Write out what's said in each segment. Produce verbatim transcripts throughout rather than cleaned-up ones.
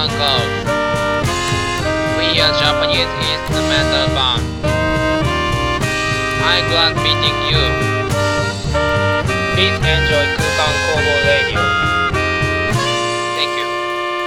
Go. We are Japanese instrumental band. I'm glad meeting you. Please enjoy 空間工房 Radio. Thank you.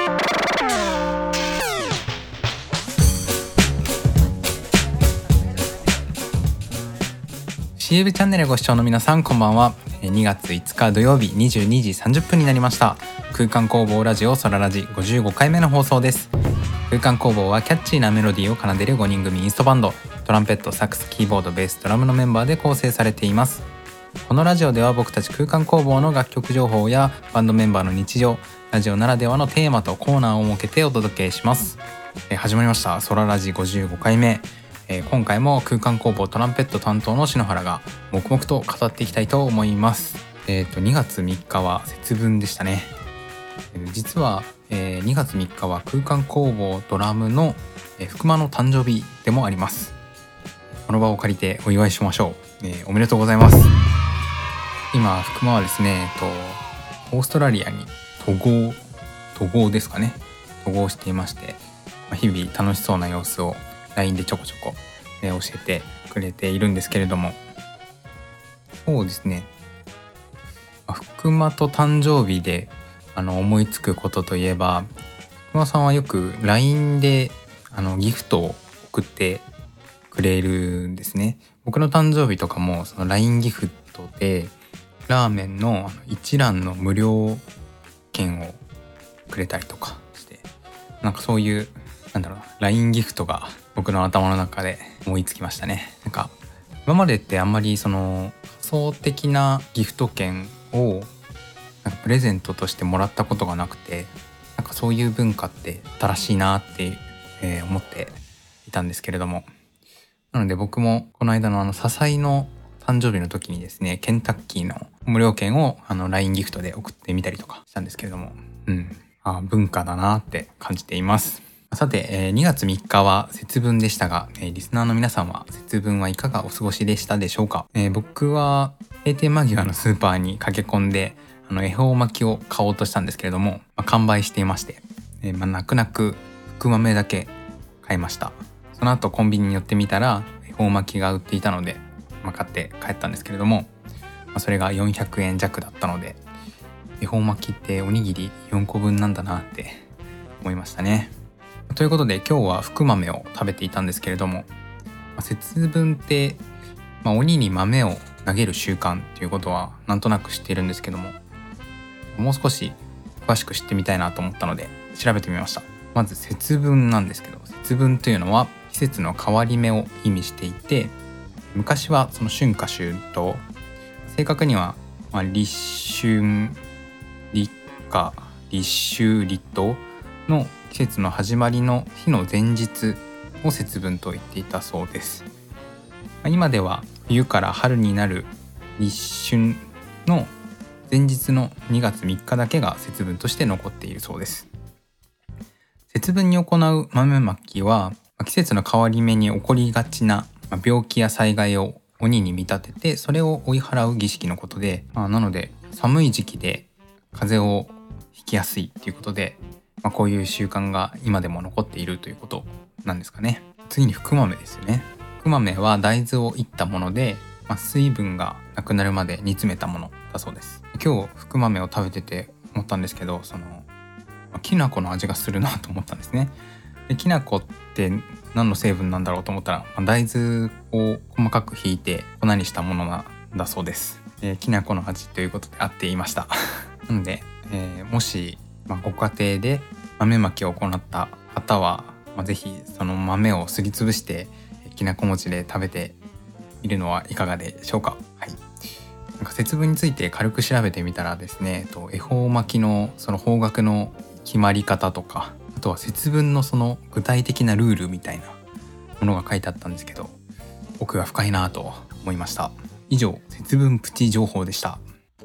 シーエーブ チャンネルご視聴の皆さんこんばんは。にがついつか土曜日にじゅうにじさんじゅっぷんになりました。空間工房ラジオソララジごじゅうごかいめの放送です。空間工房はキャッチーなメロディーを奏でるごにん組インストバンド、トランペット、サックス、キーボード、ベース、ドラムのメンバーで構成されています。このラジオでは僕たち空間工房の楽曲情報やバンドメンバーの日常、ラジオならではのテーマとコーナーを設けてお届けします。えー、始まりましたソララジごじゅうごかいめ。えー、今回も空間工房トランペット担当の篠原が黙々と語っていきたいと思います。えーとにがつみっかは節分でしたね。えー、実は、えー、にがつみっかは空間工房ドラムの、えー、福間の誕生日でもあります。この場を借りてお祝いしましょう。えー、おめでとうございます。今福間はですね、えーとオーストラリアに渡航渡航ですかね渡航していまして、まあ、日々楽しそうな様子を ライン でちょこちょこ、えー、教えてくれているんですけれども、そうですね、福間と誕生日であの思いつくことといえば、福間さんはよく ライン であのギフトを送ってくれるんですね。僕の誕生日とかもその ライン ギフトでラーメンの一蘭の無料券をくれたりとかして、なんかそういうなんだろうな ライン ギフトが僕の頭の中で思いつきましたね。なんか今までってあんまりその仮想的なギフト券をなんかプレゼントとしてもらったことがなくて、なんかそういう文化って新しいなって、えー、思っていたんですけれども、なので僕もこの間のあの笹井の誕生日の時にですね、ケンタッキーの無料券をあの ライン ギフトで送ってみたりとかしたんですけれども、うんあ文化だなって感じています。さて、えー、にがつみっかは節分でしたが、えー、リスナーの皆さんは節分はいかがお過ごしでしたでしょうか。えー、僕は閉店間際のスーパーに駆け込んであの恵方巻きを買おうとしたんですけれども、まあ、完売していまして、えーまあ、泣く泣く福豆だけ買いました。その後コンビニに寄ってみたら恵方巻きが売っていたので、まあ、買って帰ったんですけれども、まあ、それがよんひゃくえん弱だったので、恵方巻きっておにぎりよんこぶんなんだなって思いましたね。ということで今日は福豆を食べていたんですけれども、まあ、節分って、まあ、鬼に豆を投げる習慣っていうことはなんとなく知っているんですけども、もう少し詳しく知ってみたいなと思ったので調べてみました。まず節分なんですけど、節分というのは季節の変わり目を意味していて、昔はその春夏秋冬、正確にはまあ立春、立夏、立秋、立冬の季節の始まりの日の前日を節分と言っていたそうです。今では冬から春になる立春の前日のにがつみっかだけが節分として残っているそうです。節分に行う豆まきは季節の変わり目に起こりがちな病気や災害を鬼に見立ててそれを追い払う儀式のことで、まあ、なので寒い時期で風邪をひきやすいということで、まあ、こういう習慣が今でも残っているということなんですかね。次に福豆ですよね。福豆は大豆をいったもので、まあ、水分がなくなるまで煮詰めたものだそうです。今日福豆を食べてて思ったんですけど、その、まあ、きな粉の味がするなと思ったんですね。できな粉って何の成分なんだろうと思ったら、まあ、大豆を細かくひいて粉にしたものなんだそうです。えー、きな粉の味ということで合っていましたなので、えー、もしまあ、ご家庭で豆まきを行った方は、まあ、ぜひその豆をすりつぶしてきなこ餅で食べてみるのはいかがでしょうか。はい、なんか節分について軽く調べてみたらですね、恵方巻きのその方角の決まり方とか、あとは節分のその具体的なルールみたいなものが書いてあったんですけど、奥が深いなと思いました。以上、節分プチ情報でした。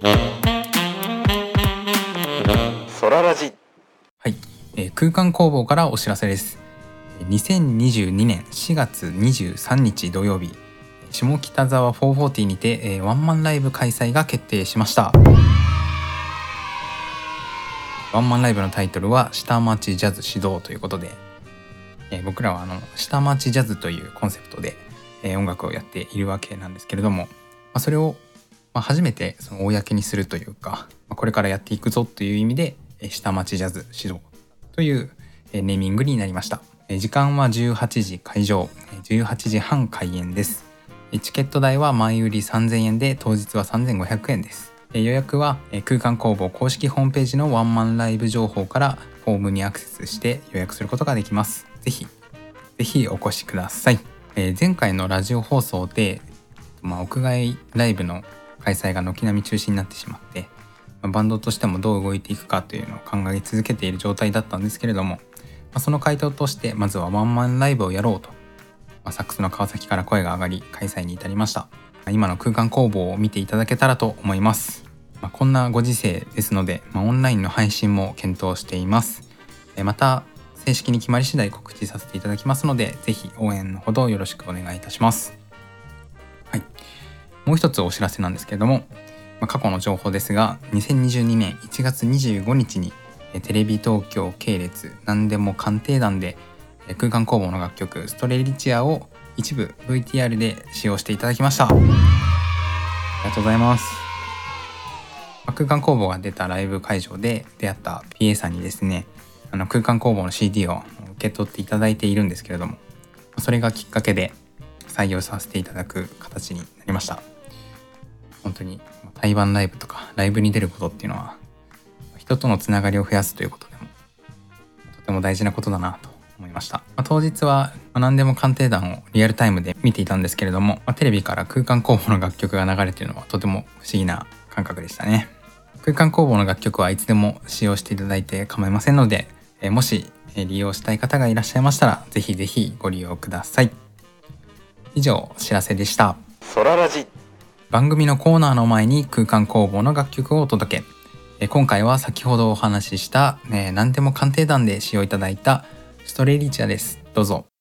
ソララジ。はい、えー、空間工房からお知らせです。にせんにじゅうにねんしがつにじゅうさんにち土曜日、下北沢フォーフォーティーにて、えー、ワンマンライブ開催が決定しました。 ワンマンライブのタイトルは下町ジャズ指導ということで、えー、僕らはあの下町ジャズというコンセプトで、えー、音楽をやっているわけなんですけれども、まあ、それを、まあ、初めてその公にするというか、まあ、これからやっていくぞという意味で、えー、下町ジャズ指導という、えー、ネーミングになりました。えー、時間はじゅうはちじ開場、じゅうはちじはん開演です。えー、チケット代は前売りさんぜんえんで当日はさんぜんごひゃくえんです。えー、予約は、えー、空間工房公式ホームページのワンマンライブ情報からフォームにアクセスして予約することができます。ぜひぜひお越しください。えー、前回のラジオ放送で、まあ、屋外ライブの開催が軒並み中止になってしまって、まあ、バンドとしてもどう動いていくかというのを考え続けている状態だったんですけれども、まあ、その回答としてまずはワンマンライブをやろうと、まあ、サックスの川崎から声が上がり開催に至りました。まあ、今の空間工房を見ていただけたらと思います。まあ、こんなご時世ですので、まあ、オンラインの配信も検討しています。えー、また正式に決まり次第告知させていただきますので、ぜひ応援のほどよろしくお願いいたします。はい、もう一つお知らせなんですけれども、まあ、過去の情報ですが、にせんにじゅうにねんいちがつにじゅうごにちにテレビ東京系列何でも鑑定団で空間工房の楽曲ストレリチアを一部 ブイティーアール で使用していただきました。ありがとうございます。空間工房が出たライブ会場で出会った ピーエー さんにですね、あの空間工房の シーディー を受け取っていただいているんですけれども、それがきっかけで採用させていただく形になりました。本当に対バンライブとかライブに出ることっていうのは人とのつながりを増やすということでもとても大事なことだなと思いました。まあ、当日は何でも鑑定団をリアルタイムで見ていたんですけれども、まあ、テレビから空間工房の楽曲が流れているのはとても不思議な感覚でしたね。空間工房の楽曲はいつでも使用していただいて構いませんので、えー、もし利用したい方がいらっしゃいましたらぜひぜひご利用ください。以上お知らせでした。 ソララジ。 番組のコーナーの前に空間工房の楽曲をお届け。えー、今回は先ほどお話しした、えー、何でも鑑定団で使用いただいたストレリチアです。どうぞ。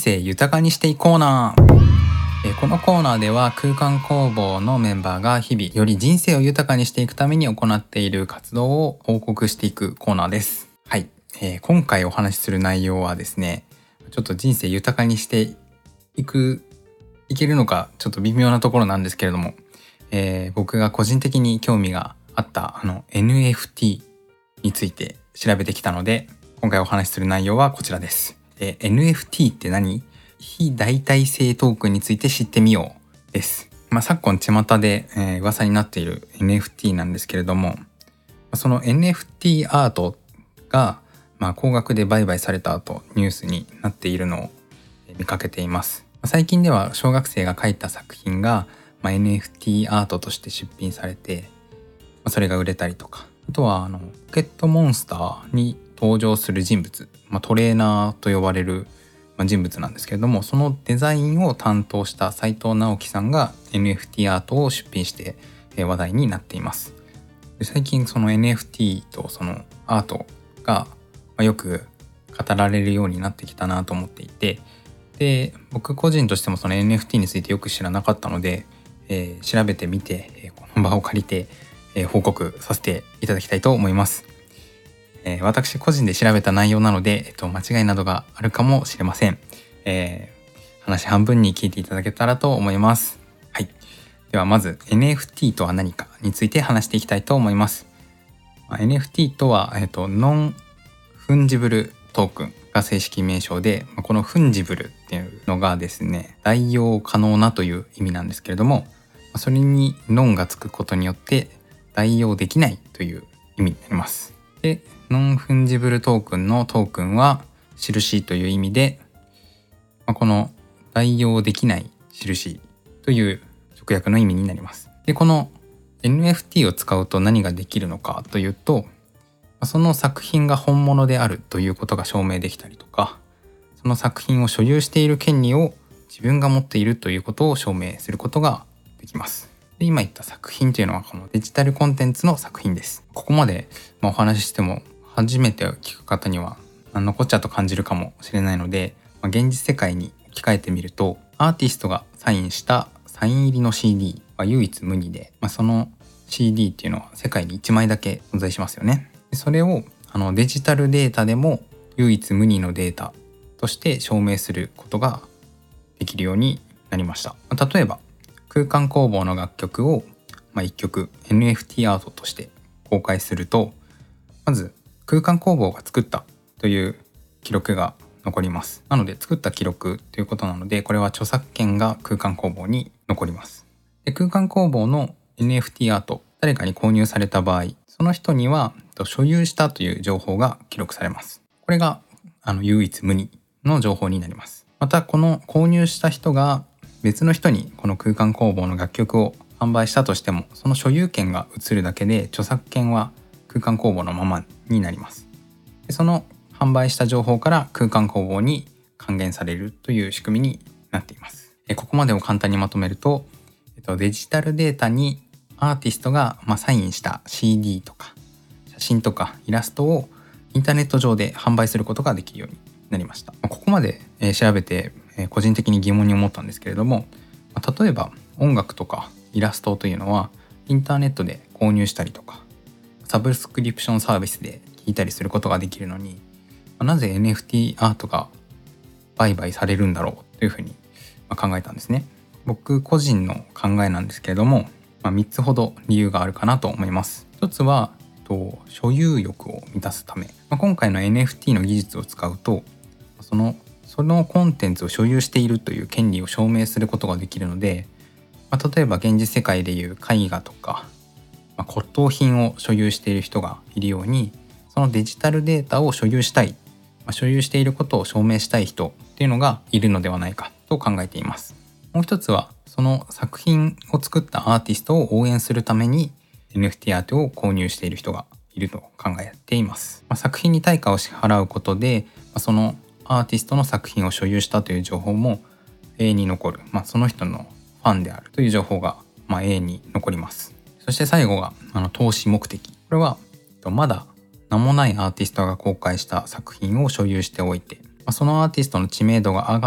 生豊かにしていコーナー。えーこのコーナーでは空間工房のメンバーが日々より人生を豊かにしていくために行っている活動を報告していくコーナーです。はい、えー今回お話しする内容はですね、ちょっと人生豊かにしていくいけるのかちょっと微妙なところなんですけれども、えー僕が個人的に興味があったあの エヌエフティー について調べてきたので、今回お話しする内容はこちらです。えー エヌエフティー って何？非代替性トークンについて知ってみようです。まあ、昨今巷で、えー、噂になっている エヌエフティー なんですけれども、その エヌエフティー アートが、まあ、高額で売買された後ニュースになっているのを見かけています。最近では小学生が描いた作品が、まあ、エヌエフティー アートとして出品されて、まあ、それが売れたりとか、あとはあのポケットモンスターに登場する人物、まあ、トレーナーと呼ばれる人物なんですけれども、そのデザインを担当した斉藤直樹さんが エヌエフティー アートを出品して話題になっています。で最近その エヌエフティー とそのアートがよく語られるようになってきたなと思っていて、で僕個人としてもその エヌエフティー についてよく知らなかったので、えー、調べてみて、えー、この場を借りて、えー、報告させていただきたいと思います。えー、私個人で調べた内容なので、えっと、間違いなどがあるかもしれません。えー、話半分に聞いていただけたらと思います。はい。ではまず エヌエフティー とは何かについて話していきたいと思います。まあ、エヌエフティー とは、えっと、ノンフンジブルトークンが正式名称で、このフンジブルっていうのがですね、代用可能なという意味なんですけれども、それにノンがつくことによって代用できないという意味になります。でノンフンジブルトークンのトークンは印という意味で、まあ、この代用できない印という直訳の意味になります。でこの エヌエフティー を使うと何ができるのかというと、その作品が本物であるということが証明できたりとか、その作品を所有している権利を自分が持っているということを証明することができます。で今言った作品というのはこのデジタルコンテンツの作品です。ここまでお話ししても初めて聞く方には何のこっちゃと感じるかもしれないので、まあ、現実世界に置き換えてみると、アーティストがサインしたサイン入りの シーディー は唯一無二で、まあ、その シーディー っていうのは世界にいちまいだけ存在しますよね。でそれをあのデジタルデータでも唯一無二のデータとして証明することができるようになりました。例えば空間工房の楽曲を、まあ、いっきょく エヌエフティー アートとして公開すると、まず空間工房が作ったという記録が残ります。なので作った記録ということなので、これは著作権が空間工房に残ります。で空間工房の エヌエフティー アート、誰かに購入された場合、その人には所有したという情報が記録されます。これがあの唯一無二の情報になります。またこの購入した人が別の人にこの空間工房の楽曲を販売したとしても、その所有権が移るだけで著作権は空間工房のままになります。でその販売した情報から空間工房に還元されるという仕組みになっています。えここまでを簡単にまとめると、えっと、デジタルデータにアーティストが、まあ、サインした シーディー とか写真とかイラストをインターネット上で販売することができるようになりました。ここまで調べて個人的に疑問に思ったんですけれども、例えば音楽とかイラストというのはインターネットで購入したりとかサブスクリプションサービスで聞いたりすることができるのに、なぜ エヌエフティー アートが売買されるんだろうというふうに考えたんですね。僕個人の考えなんですけれども、まあ、みっつほど理由があるかなと思います。一つはと所有欲を満たすため、まあ、今回の エヌエフティー の技術を使うとそのそのコンテンツを所有しているという権利を証明することができるので、まあ、例えば現実世界でいう絵画とか、まあ、骨董品を所有している人がいるように、そのデジタルデータを所有したい、まあ、所有していることを証明したい人っていうのがいるのではないかと考えています。もう一つはその作品を作ったアーティストを応援するために エヌエフティー アートを購入している人がいると考えています。まあ、作品に対価を支払うことで、まあ、そのアーティストの作品を所有したという情報も永遠に残る、まあ、その人のファンであるという情報がまあ永遠に残ります。そして最後があの投資目的。これはまだ名もないアーティストが公開した作品を所有しておいて、まあ、そのアーティストの知名度が上が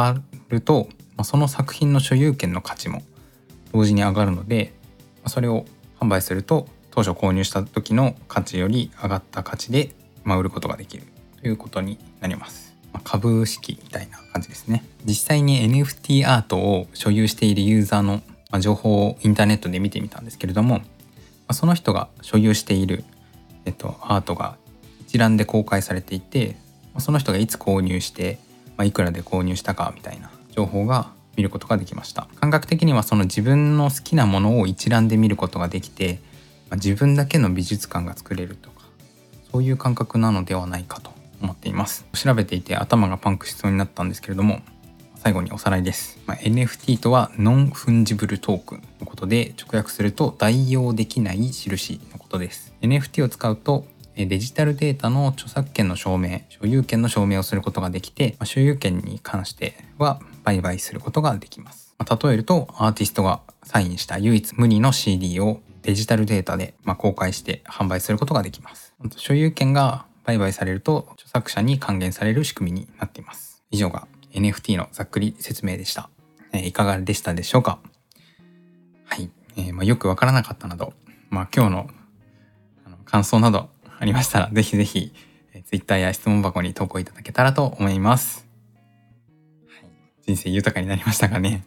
ると、まあ、その作品の所有権の価値も同時に上がるので、まあ、それを販売すると当初購入した時の価値より上がった価値で、まあ、売ることができるということになります。まあ、株式みたいな感じですね。実際に エヌエフティー アートを所有しているユーザーの情報をインターネットで見てみたんですけれども、まあ、その人が所有している、えっと、アートが一覧で公開されていて、まあ、その人がいつ購入して、まあ、いくらで購入したかみたいな情報が見ることができました。感覚的にはその自分の好きなものを一覧で見ることができて、まあ、自分だけの美術館が作れるとか、そういう感覚なのではないかと思っています。調べていて頭がパンクしそうになったんですけれども、最後におさらいです。まあ、エヌエフティー とはノンフンジブルトークンのことで、直訳すると代用できない印のことです。 エヌエフティー を使うとデジタルデータの著作権の証明、所有権の証明をすることができて、まあ、所有権に関しては売買することができます。まあ、例えるとアーティストがサインした唯一無二の シーディー をデジタルデータでまあ公開して販売することができます。所有権が売買されると著作者に還元される仕組みになっています。以上が エヌエフティー のざっくり説明でした。えー、いかがでしたでしょうか。はい、えーまあ、よくわからなかったなど、まあ、今日の、あの感想などありましたら、ぜひぜひ、えー、Twitter や質問箱に投稿いただけたらと思います。はい、人生豊かになりましたかね。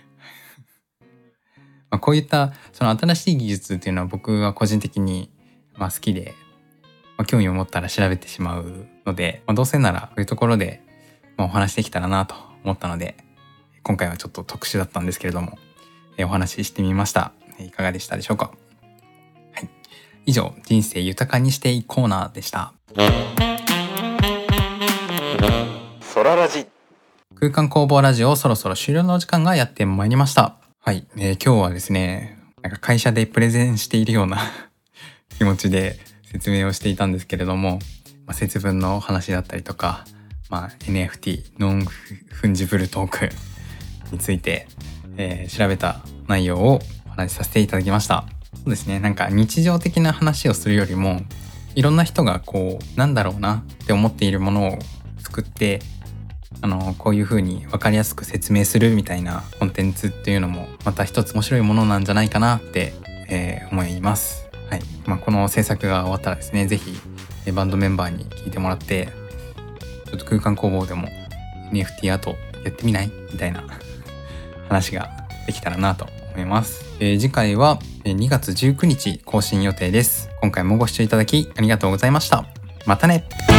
まあこういったその新しい技術っていうのは僕は個人的にまあ好きで、まあ、興味を持ったら調べてしまうので、まあ、どうせならこういうところでまあお話できたらなと思ったので、今回はちょっと特殊だったんですけれども、えー、お話ししてみました。いかがでしたでしょうか。はい、以上、人生豊かにしていこうなでした。 ソララジ空間工房ラジオ、そろそろ終了の時間がやってまいりました。はい、えー、今日はですね、なんか会社でプレゼンしているような気持ちで説明をしていたんですけれども、まあ、節分の話だったりとか、まあ、エヌエフティー ノンフンジブルトークについて、えー、調べた内容をお話しさせていただきました。そうですね、なんか日常的な話をするよりも、いろんな人がこうなんだろうなって思っているものを作って、あのこういう風に分かりやすく説明するみたいなコンテンツっていうのもまた一つ面白いものなんじゃないかなって、えー、思います。はい、まあ、この制作が終わったらですね、ぜひバンドメンバーに聞いてもらって、ちょっと空間工房でも エヌエフティー アートやってみないみたいな話ができたらなと思います。えー、次回はにがつじゅうくにち更新予定です。今回もご視聴いただきありがとうございました。またね。